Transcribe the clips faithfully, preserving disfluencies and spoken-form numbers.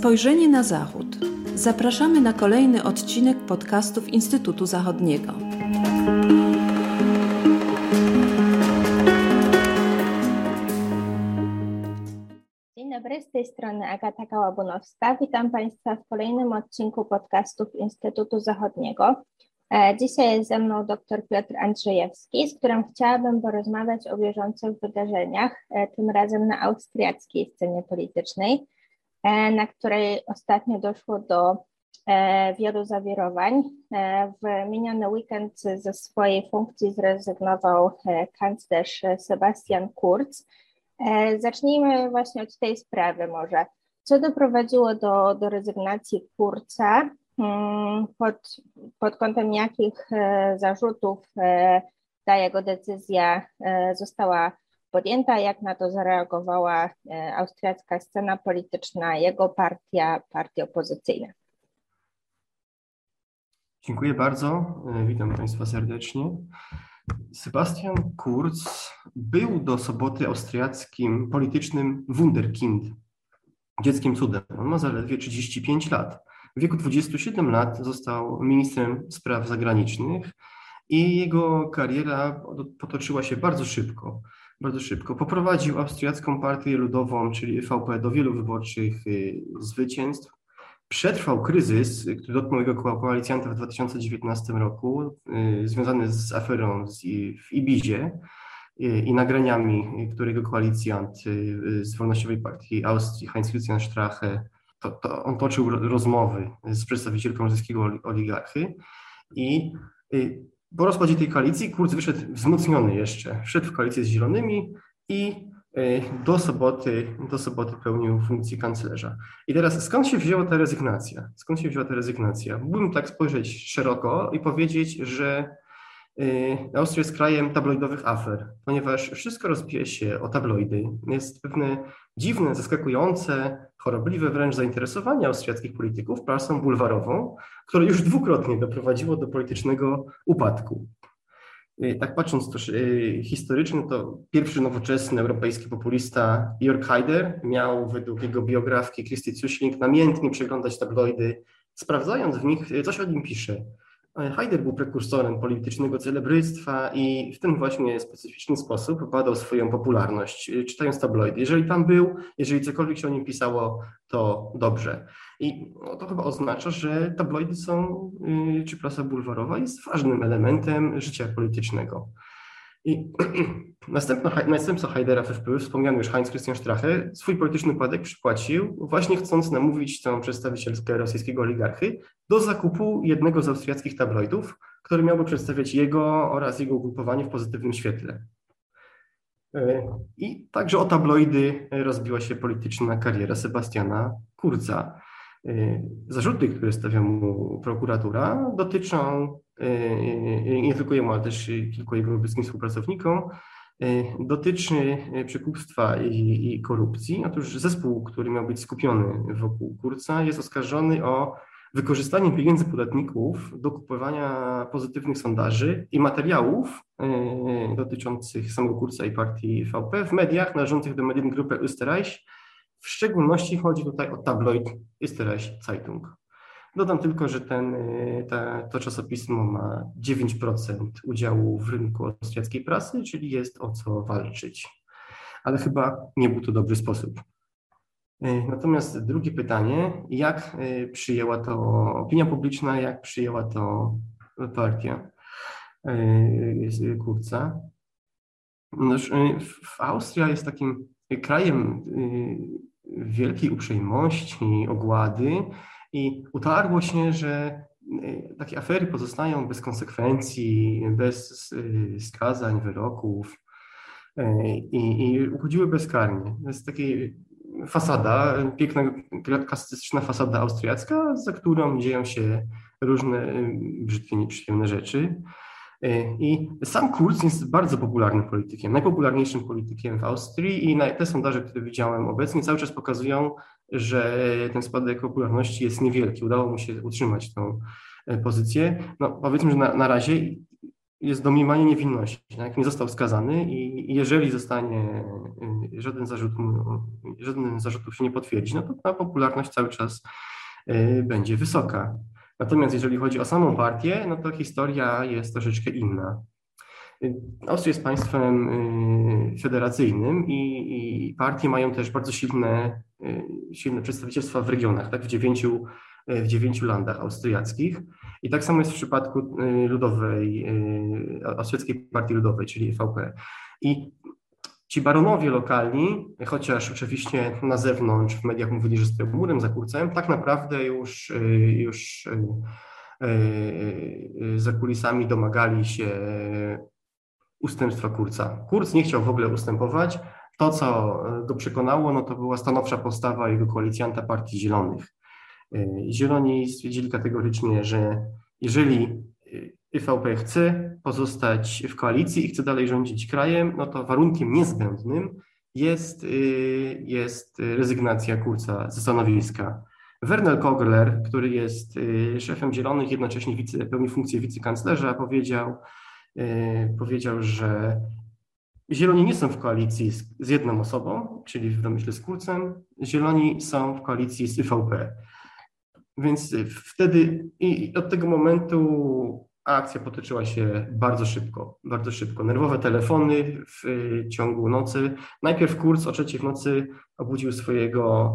Spojrzenie na Zachód. Zapraszamy na kolejny odcinek podcastów Instytutu Zachodniego. Dzień dobry, z tej strony Agata Kałabunowska. Witam Państwa w kolejnym odcinku podcastów Instytutu Zachodniego. Dzisiaj jest ze mną dr Piotr Andrzejewski, z którym chciałabym porozmawiać o bieżących wydarzeniach, tym razem na austriackiej scenie politycznej, na której ostatnio doszło do wielu zawirowań. W miniony weekend ze swojej funkcji zrezygnował kanclerz Sebastian Kurz. Zacznijmy właśnie od tej sprawy może. Co doprowadziło do, do rezygnacji Kurza? Pod, pod kątem jakich zarzutów ta jego decyzja została podjęta, jak na to zareagowała austriacka scena polityczna, jego partia, partie opozycyjne. Dziękuję bardzo, witam Państwa serdecznie. Sebastian Kurz był do soboty austriackim politycznym wunderkind, dzieckiem cudem. On ma zaledwie trzydzieści pięć lat. W wieku dwudziestu siedmiu lat został ministrem spraw zagranicznych i jego kariera potoczyła się bardzo szybko. Bardzo szybko. Poprowadził austriacką partię ludową, czyli V P, do wielu wyborczych zwycięstw. Przetrwał kryzys, który dotknął jego koalicjanta w dwa tysiące dziewiętnastym roku, związany z aferą w Ibizie i nagraniami, które jego koalicjant z Wolnościowej Partii Austrii, Heinz-Christian Strache, To, to on toczył rozmowy z przedstawicielką rosyjskiego oligarchy i po rozpadzie tej koalicji Kurz wyszedł wzmocniony jeszcze, wszedł w koalicję z Zielonymi i do soboty, do soboty pełnił funkcję kanclerza. I teraz skąd się wzięła ta rezygnacja? Skąd się wzięła ta rezygnacja? Mógłbym tak spojrzeć szeroko i powiedzieć, że Austria jest krajem tabloidowych afer, ponieważ wszystko rozbija się o tabloidy. Jest pewne dziwne, zaskakujące, chorobliwe wręcz zainteresowanie austriackich polityków prasą bulwarową, które już dwukrotnie doprowadziło do politycznego upadku. Tak patrząc też historycznie, to pierwszy nowoczesny europejski populista Jörg Haider miał według jego biografki Christy Züchling namiętnie przeglądać tabloidy, sprawdzając w nich, co się o nim pisze. Haider był prekursorem politycznego celebrystwa i w ten właśnie specyficzny sposób badał swoją popularność, czytając tabloidy. Jeżeli tam był, jeżeli cokolwiek się o nim pisało, to dobrze. I to chyba oznacza, że tabloidy są, czy prasa bulwarowa jest ważnym elementem życia politycznego. I następca Haidera w F P Ö, wspomniany już Heinz-Christian Strache, swój polityczny upadek przypłacił, właśnie chcąc namówić tę przedstawicielkę rosyjskiego oligarchy do zakupu jednego z austriackich tabloidów, który miałby przedstawiać jego oraz jego ugrupowanie w pozytywnym świetle. I także o tabloidy rozbiła się polityczna kariera Sebastiana Kurza. Zarzuty, które stawia mu prokuratura, dotyczą nie tylko jemu, ale też kilku jego bliskim współpracownikom, dotyczy przekupstwa i, i korupcji. Otóż zespół, który miał być skupiony wokół Kurza, jest oskarżony o wykorzystanie pieniędzy podatników do kupowania pozytywnych sondaży i materiałów dotyczących samego Kurza i partii V P w mediach należących do Mediengruppe Österreich. W szczególności chodzi tutaj o tabloid Österreich Zeitung. Dodam tylko, że ten, ta, to czasopismo ma dziewięć procent udziału w rynku austriackiej prasy, czyli jest o co walczyć. Ale chyba nie był to dobry sposób. Natomiast drugie pytanie, jak przyjęła to opinia publiczna, jak przyjęła to partia Kurza? Austria jest takim krajem wielkiej uprzejmości, ogłady i utarło się, że takie afery pozostają bez konsekwencji, bez skazań, wyroków i, i uchodziły bezkarnie. To jest taka fasada, piękna, klasyczna fasada austriacka, za którą dzieją się różne brzydkie, nieprzyjemne rzeczy. I sam Kurz jest bardzo popularnym politykiem, najpopularniejszym politykiem w Austrii i te sondaże, które widziałem obecnie, cały czas pokazują, że ten spadek popularności jest niewielki. Udało mu się utrzymać tą pozycję. No, powiedzmy, że na, na razie jest domniemanie niewinności, tak? Nie został skazany i jeżeli zostanie, żaden zarzut, żaden z zarzutów się nie potwierdzi, no to ta popularność cały czas będzie wysoka. Natomiast jeżeli chodzi o samą partię, no to historia jest troszeczkę inna. Austria jest państwem federacyjnym i, i partie mają też bardzo silne, silne przedstawicielstwa w regionach, tak, w dziewięciu, w dziewięciu landach austriackich. I tak samo jest w przypadku ludowej, Austriackiej Partii Ludowej, czyli E V P. I ci baronowie lokalni, chociaż oczywiście na zewnątrz w mediach mówili, że stoją murem za Kurzem, tak naprawdę już, już za kulisami domagali się ustępstwa Kurza. Kurz nie chciał w ogóle ustępować. To, co go przekonało, no to była stanowcza postawa jego koalicjanta Partii Zielonych. Zieloni stwierdzili kategorycznie, że jeżeli E V P chce pozostać w koalicji i chce dalej rządzić krajem, no to warunkiem niezbędnym jest, jest rezygnacja Kurza ze stanowiska. Wernel Kogler, który jest szefem Zielonych, jednocześnie wice, pełni funkcję wicekanclerza, powiedział, powiedział, że Zieloni nie są w koalicji z, z jedną osobą, czyli w domyśle z Kurzem, Zieloni są w koalicji z E V P. Więc wtedy i od tego momentu akcja potoczyła się bardzo szybko, bardzo szybko. Nerwowe telefony w ciągu nocy. Najpierw Kurz o trzeciej w nocy obudził swojego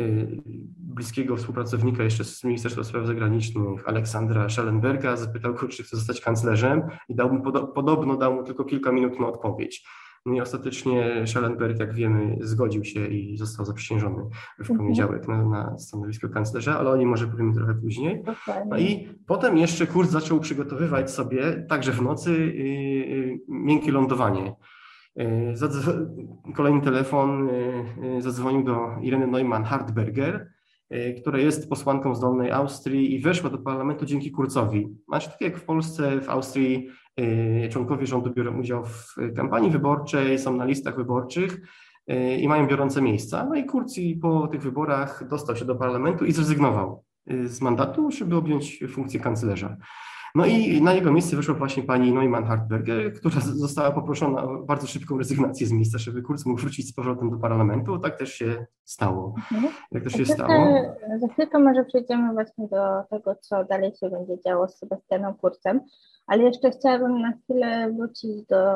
bliskiego współpracownika jeszcze z Ministerstwa Spraw Zagranicznych, Aleksandra Schallenberga, zapytał go, czy chce zostać kanclerzem i dał mu, podobno dał mu tylko kilka minut na odpowiedź. No i ostatecznie Schallenberg, jak wiemy, zgodził się i został zaprzysiężony w poniedziałek na, na stanowisko kanclerza, ale o nim może powiemy trochę później. No i potem jeszcze Kurz zaczął przygotowywać sobie, także w nocy, yy, miękkie lądowanie. Yy, zadzwo- kolejny telefon yy, zadzwonił do Ireny Neumann-Hartberger, yy, która jest posłanką z Dolnej Austrii i weszła do parlamentu dzięki Kurzowi. Znaczy, tak jak w Polsce, w Austrii członkowie rządu biorą udział w kampanii wyborczej, są na listach wyborczych i mają biorące miejsca. No i Kurz po tych wyborach dostał się do parlamentu i zrezygnował z mandatu, żeby objąć funkcję kanclerza. No i na jego miejsce wyszła właśnie pani Neumann-Hartberger, która została poproszona o bardzo szybką rezygnację z miejsca, żeby Kurz mógł wrócić z powrotem do parlamentu. Tak też się stało. Mhm. Tak też się stało. Za chwilkę może przejdziemy właśnie do tego, co dalej się będzie działo z Sebastianem Kurzem, ale jeszcze chciałabym na chwilę wrócić do,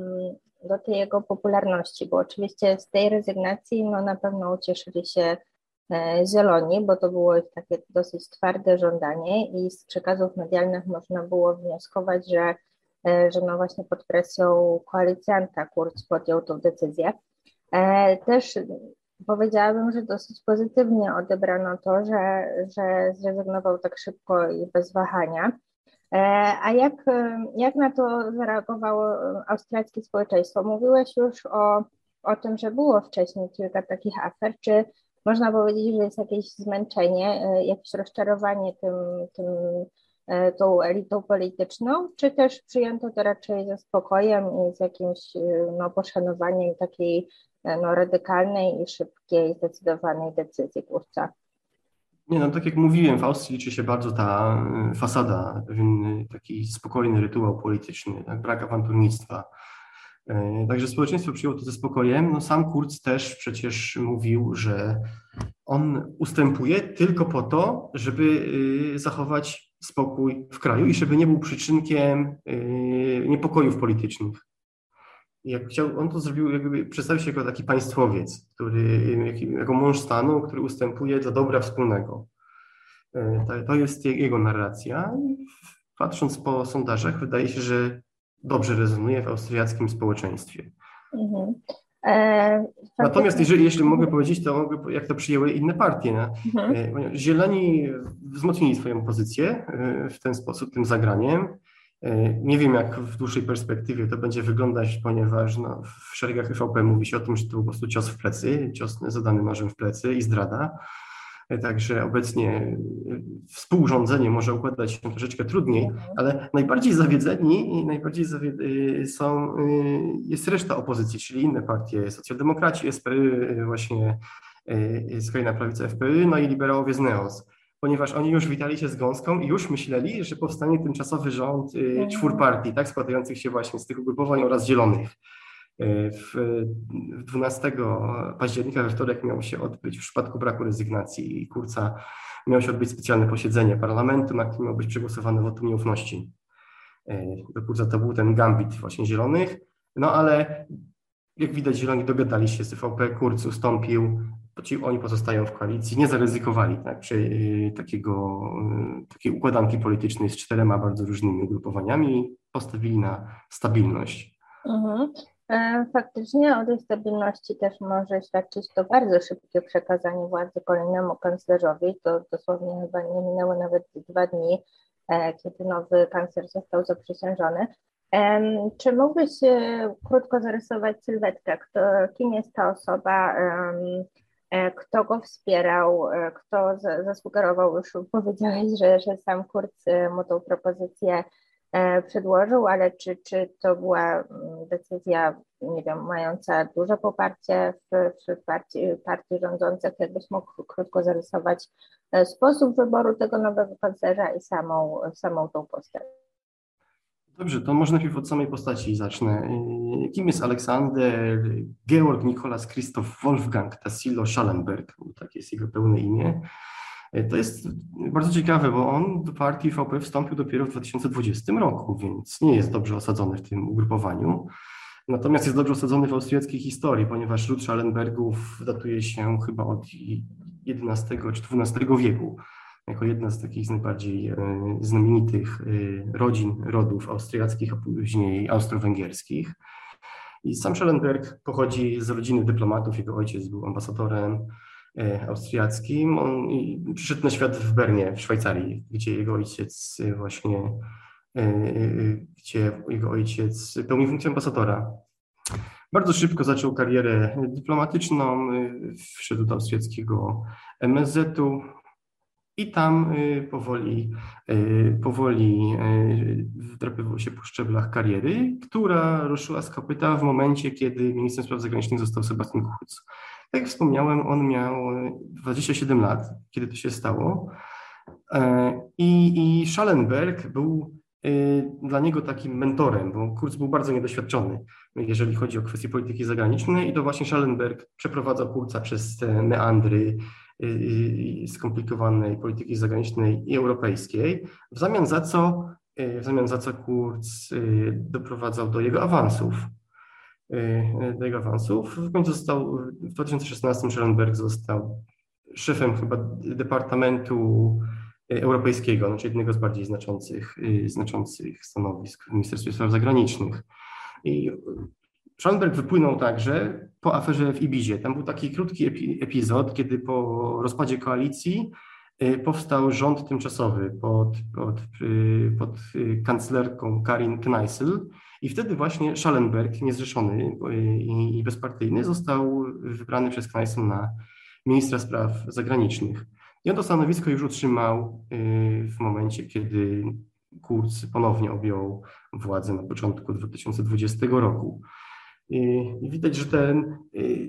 do tej jego popularności, bo oczywiście z tej rezygnacji no na pewno ucieszyli się Zieloni, bo to było ich takie dosyć twarde żądanie i z przekazów medialnych można było wnioskować, że, że no właśnie pod presją koalicjanta Kurz podjął tą decyzję. Też powiedziałabym, że dosyć pozytywnie odebrano to, że, że zrezygnował tak szybko i bez wahania. A jak, jak na to zareagowało austriackie społeczeństwo? Mówiłeś już o, o tym, że było wcześniej kilka takich afer. Czy można powiedzieć, że jest jakieś zmęczenie, jakieś rozczarowanie tym, tym, tą elitą polityczną, czy też przyjęto to raczej ze spokojem i z jakimś no, poszanowaniem takiej no, radykalnej i szybkiej, zdecydowanej decyzji Kurza? Nie, no tak jak mówiłem, w Austrii liczy się bardzo ta fasada, pewien taki spokojny rytuał polityczny, tak, brak awanturnictwa. Także społeczeństwo przyjęło to ze spokojem. No sam Kurz też przecież mówił, że on ustępuje tylko po to, żeby zachować spokój w kraju i żeby nie był przyczynkiem niepokojów politycznych. Jak chciał, on to zrobił, jakby przedstawił się jako taki państwowiec, który, jako mąż stanu, który ustępuje dla dobra wspólnego. To jest jego narracja. Patrząc po sondażach, wydaje się, że dobrze rezonuje w austriackim społeczeństwie. Mhm. E, Natomiast jeżeli, jeśli mogę powiedzieć, to mogę, jak to przyjęły inne partie. Mhm. Zieloni wzmocnili swoją pozycję w ten sposób, tym zagraniem. Nie wiem, jak w dłuższej perspektywie to będzie wyglądać, ponieważ no, w szeregach E V P mówi się o tym, że to po prostu cios w plecy, cios zadany nożem w plecy i zdrada. Także obecnie współrządzenie może układać się troszeczkę trudniej, ale najbardziej zawiedzeni i najbardziej zawied- są, jest reszta opozycji, czyli inne partie, socjaldemokraci, S P Y, właśnie skrajna prawica F P Y, no i liberałowie z Neos. ponieważ oni już witali się z gąską i już myśleli, że powstanie tymczasowy rząd czwórpartii, tak, składających się właśnie z tych ugrupowań oraz zielonych. W dwunastego października we wtorek miało się odbyć, w przypadku braku rezygnacji Kurza, miało się odbyć specjalne posiedzenie parlamentu, na którym miało być przegłosowane wotum nieufności. Do Kurza to był ten gambit właśnie zielonych, no ale jak widać zieloni dogadali się z T V P, Kurz ustąpił, to ci oni pozostają w koalicji, nie zaryzykowali tak, przy, takiego, takiej układanki politycznej z czterema bardzo różnymi ugrupowaniami, postawili na stabilność. Mhm. Faktycznie o tej stabilności też może świadczyć to bardzo szybkie przekazanie władzy kolejnemu kanclerzowi. To dosłownie chyba nie minęły nawet dwa dni, kiedy nowy kanclerz został zaprzysiężony. Czy mógłbyś krótko zarysować sylwetkę? Kto, kim jest ta osoba, kto go wspierał, kto zasugerował, już powiedziałeś, że, że sam Kurz mu tą propozycję przedłożył, ale czy, czy to była decyzja, nie wiem, mająca duże poparcie wśród partii, partii rządzących? Jakbyś mógł krótko zarysować sposób wyboru tego nowego kanclerza i samą, samą tą postać? Dobrze, to może najpierw od samej postaci zacznę. Kim jest Aleksander Georg Nikolaus Christoph Wolfgang Tassilo Schallenberg, takie jest jego pełne imię. To jest bardzo ciekawe, bo on do partii V P wstąpił dopiero w dwa tysiące dwudziestym roku, więc nie jest dobrze osadzony w tym ugrupowaniu. Natomiast jest dobrze osadzony w austriackiej historii, ponieważ ród Schallenbergów datuje się chyba od jedenastego czy dwunastego wieku, jako jedna z takich z najbardziej znamienitych rodzin, rodów austriackich, a później austro-węgierskich. I sam Schallenberg pochodzi z rodziny dyplomatów, jego ojciec był ambasadorem austriackim. On przyszedł na świat w Bernie, w Szwajcarii, gdzie jego ojciec właśnie, gdzie jego ojciec pełnił funkcję ambasadora. Bardzo szybko zaczął karierę dyplomatyczną, wszedł do austriackiego M S Z-u i tam powoli, powoli wdrapywał się po szczeblach kariery, która ruszyła z kopyta w momencie, kiedy ministrem spraw zagranicznych został Sebastian Kurz. Tak jak wspomniałem, on miał dwadzieścia siedem lat, kiedy to się stało. I, i Schallenberg był dla niego takim mentorem, bo Kurz był bardzo niedoświadczony, jeżeli chodzi o kwestie polityki zagranicznej, i to właśnie Schallenberg przeprowadzał Kurza przez te meandry skomplikowanej polityki zagranicznej i europejskiej, w zamian za co, w zamian za co Kurz doprowadzał do jego awansów. do jego awansów. W końcu został, w dwa tysiące szesnastym Schallenberg został szefem chyba Departamentu Europejskiego, znaczy jednego z bardziej znaczących, znaczących stanowisk w Ministerstwie Spraw Zagranicznych. I Schallenberg wypłynął także po aferze w Ibizie. Tam był taki krótki epizod, kiedy po rozpadzie koalicji powstał rząd tymczasowy pod, pod, pod kanclerką Karin Kneißl. I wtedy właśnie Schallenberg, niezrzeszony i bezpartyjny, został wybrany przez Kneißl na ministra spraw zagranicznych. I on to stanowisko już utrzymał w momencie, kiedy Kurz ponownie objął władzę na początku dwa tysiące dwudziestego roku. I widać, że ten,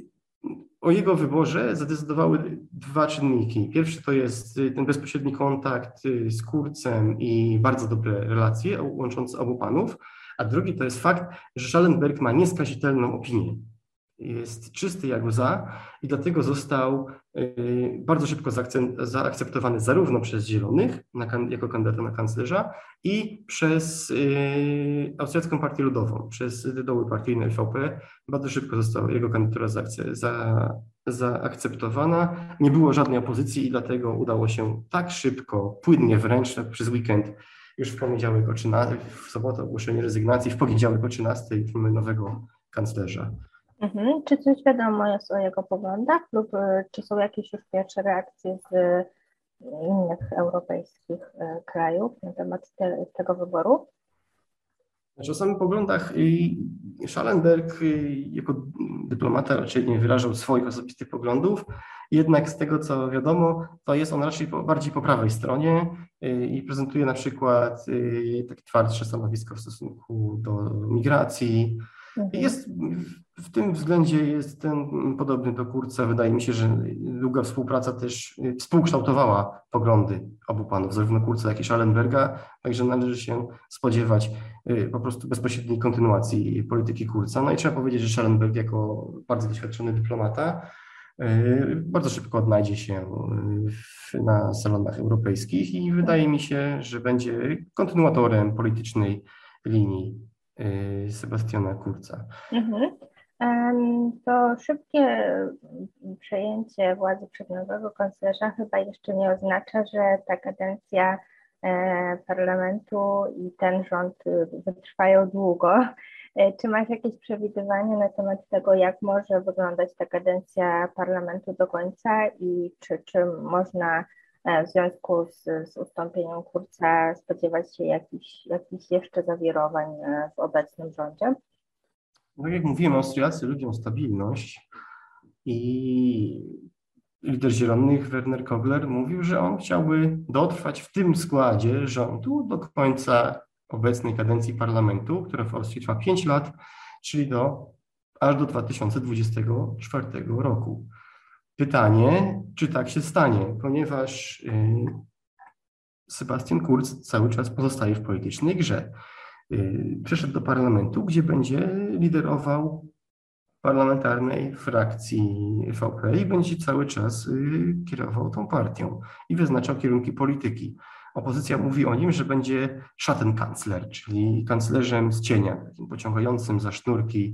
o jego wyborze zadecydowały dwa czynniki. Pierwszy to jest ten bezpośredni kontakt z Kurzem i bardzo dobre relacje łączące obu panów, a drugi to jest fakt, że Schallenberg ma nieskazitelną opinię. Jest czysty jak łza i dlatego został bardzo szybko zaakceptowany zarówno przez Zielonych na, jako kandydata na kanclerza i przez Austriacką Partię Ludową, przez doły partyjne L V P. Bardzo szybko została jego kandydatura za, zaakceptowana. Nie było żadnej opozycji i dlatego udało się tak szybko, płynnie wręcz tak przez weekend, już w poniedziałek o trzynastej, w sobotę ogłoszenie rezygnacji, w poniedziałek o trzynastej mamy nowego kanclerza. Mhm. Czy coś wiadomo jest o jego poglądach lub czy są jakieś już pierwsze reakcje z innych europejskich krajów na temat te, tego wyboru? Znaczy, o samych poglądach Schallenberg jako dyplomata raczej nie wyrażał swoich osobistych poglądów, jednak z tego co wiadomo, to jest on raczej po, bardziej po prawej stronie i prezentuje na przykład takie twardsze stanowisko w stosunku do migracji, Mhm. Jest, w tym względzie jest ten podobny do Kurza. Wydaje mi się, że długa współpraca też współkształtowała poglądy obu panów, zarówno Kurza, jak i Schallenberga, także należy się spodziewać po prostu bezpośredniej kontynuacji polityki Kurza. No i trzeba powiedzieć, że Schallenberg jako bardzo doświadczony dyplomata bardzo szybko odnajdzie się na salonach europejskich i wydaje mi się, że będzie kontynuatorem politycznej linii Sebastiana Kurza. Mhm. To szybkie przejęcie władzy przez nowego kanclerza chyba jeszcze nie oznacza, że ta kadencja parlamentu i ten rząd wytrwają długo. Czy masz jakieś przewidywania na temat tego, jak może wyglądać ta kadencja parlamentu do końca i czy, czy można w związku z, z ustąpieniem Kurza spodziewać się jakichś, jakichś jeszcze zawirowań w obecnym rządzie? No jak mówiłem, Austriacy lubią stabilność i lider Zielonych Werner Kogler mówił, że on chciałby dotrwać w tym składzie rządu do końca obecnej kadencji parlamentu, która w Austrii trwa pięć lat, czyli do, aż do dwa tysiące dwudziestego czwartego roku. Pytanie, czy tak się stanie, ponieważ Sebastian Kurz cały czas pozostaje w politycznej grze. Przeszedł do parlamentu, gdzie będzie liderował parlamentarnej frakcji V P i będzie cały czas kierował tą partią i wyznaczał kierunki polityki. Opozycja mówi o nim, że będzie Schattenkanzler, czyli kanclerzem z cienia, takim pociągającym za sznurki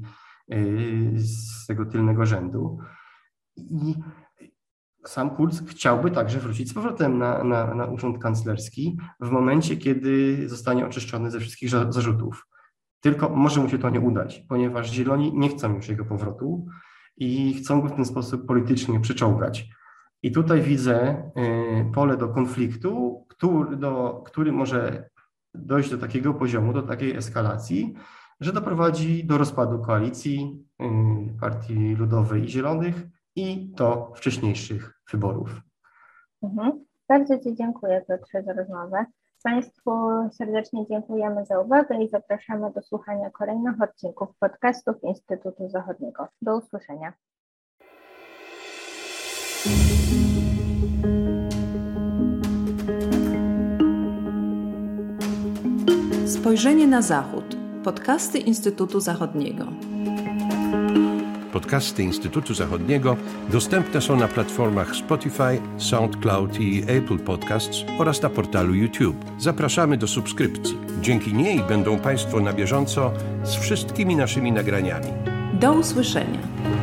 z tego tylnego rzędu. I sam Kurz chciałby także wrócić z powrotem na, na, na urząd kanclerski w momencie, kiedy zostanie oczyszczony ze wszystkich zarzutów. Tylko może mu się to nie udać, ponieważ Zieloni nie chcą już jego powrotu i chcą go w ten sposób politycznie przyczołgać. I tutaj widzę pole do konfliktu, który, do, który może dojść do takiego poziomu, do takiej eskalacji, że doprowadzi do rozpadu koalicji Partii Ludowej i Zielonych i do wcześniejszych wyborów. Mhm. Bardzo Ci dziękuję, Piotrze, za rozmowę. Państwu serdecznie dziękujemy za uwagę i zapraszamy do słuchania kolejnych odcinków podcastów Instytutu Zachodniego. Do usłyszenia. Spojrzenie na Zachód. Podcasty Instytutu Zachodniego. Podcasty Instytutu Zachodniego dostępne są na platformach Spotify, SoundCloud i Apple Podcasts oraz na portalu YouTube. Zapraszamy do subskrypcji. Dzięki niej będą Państwo na bieżąco z wszystkimi naszymi nagraniami. Do usłyszenia.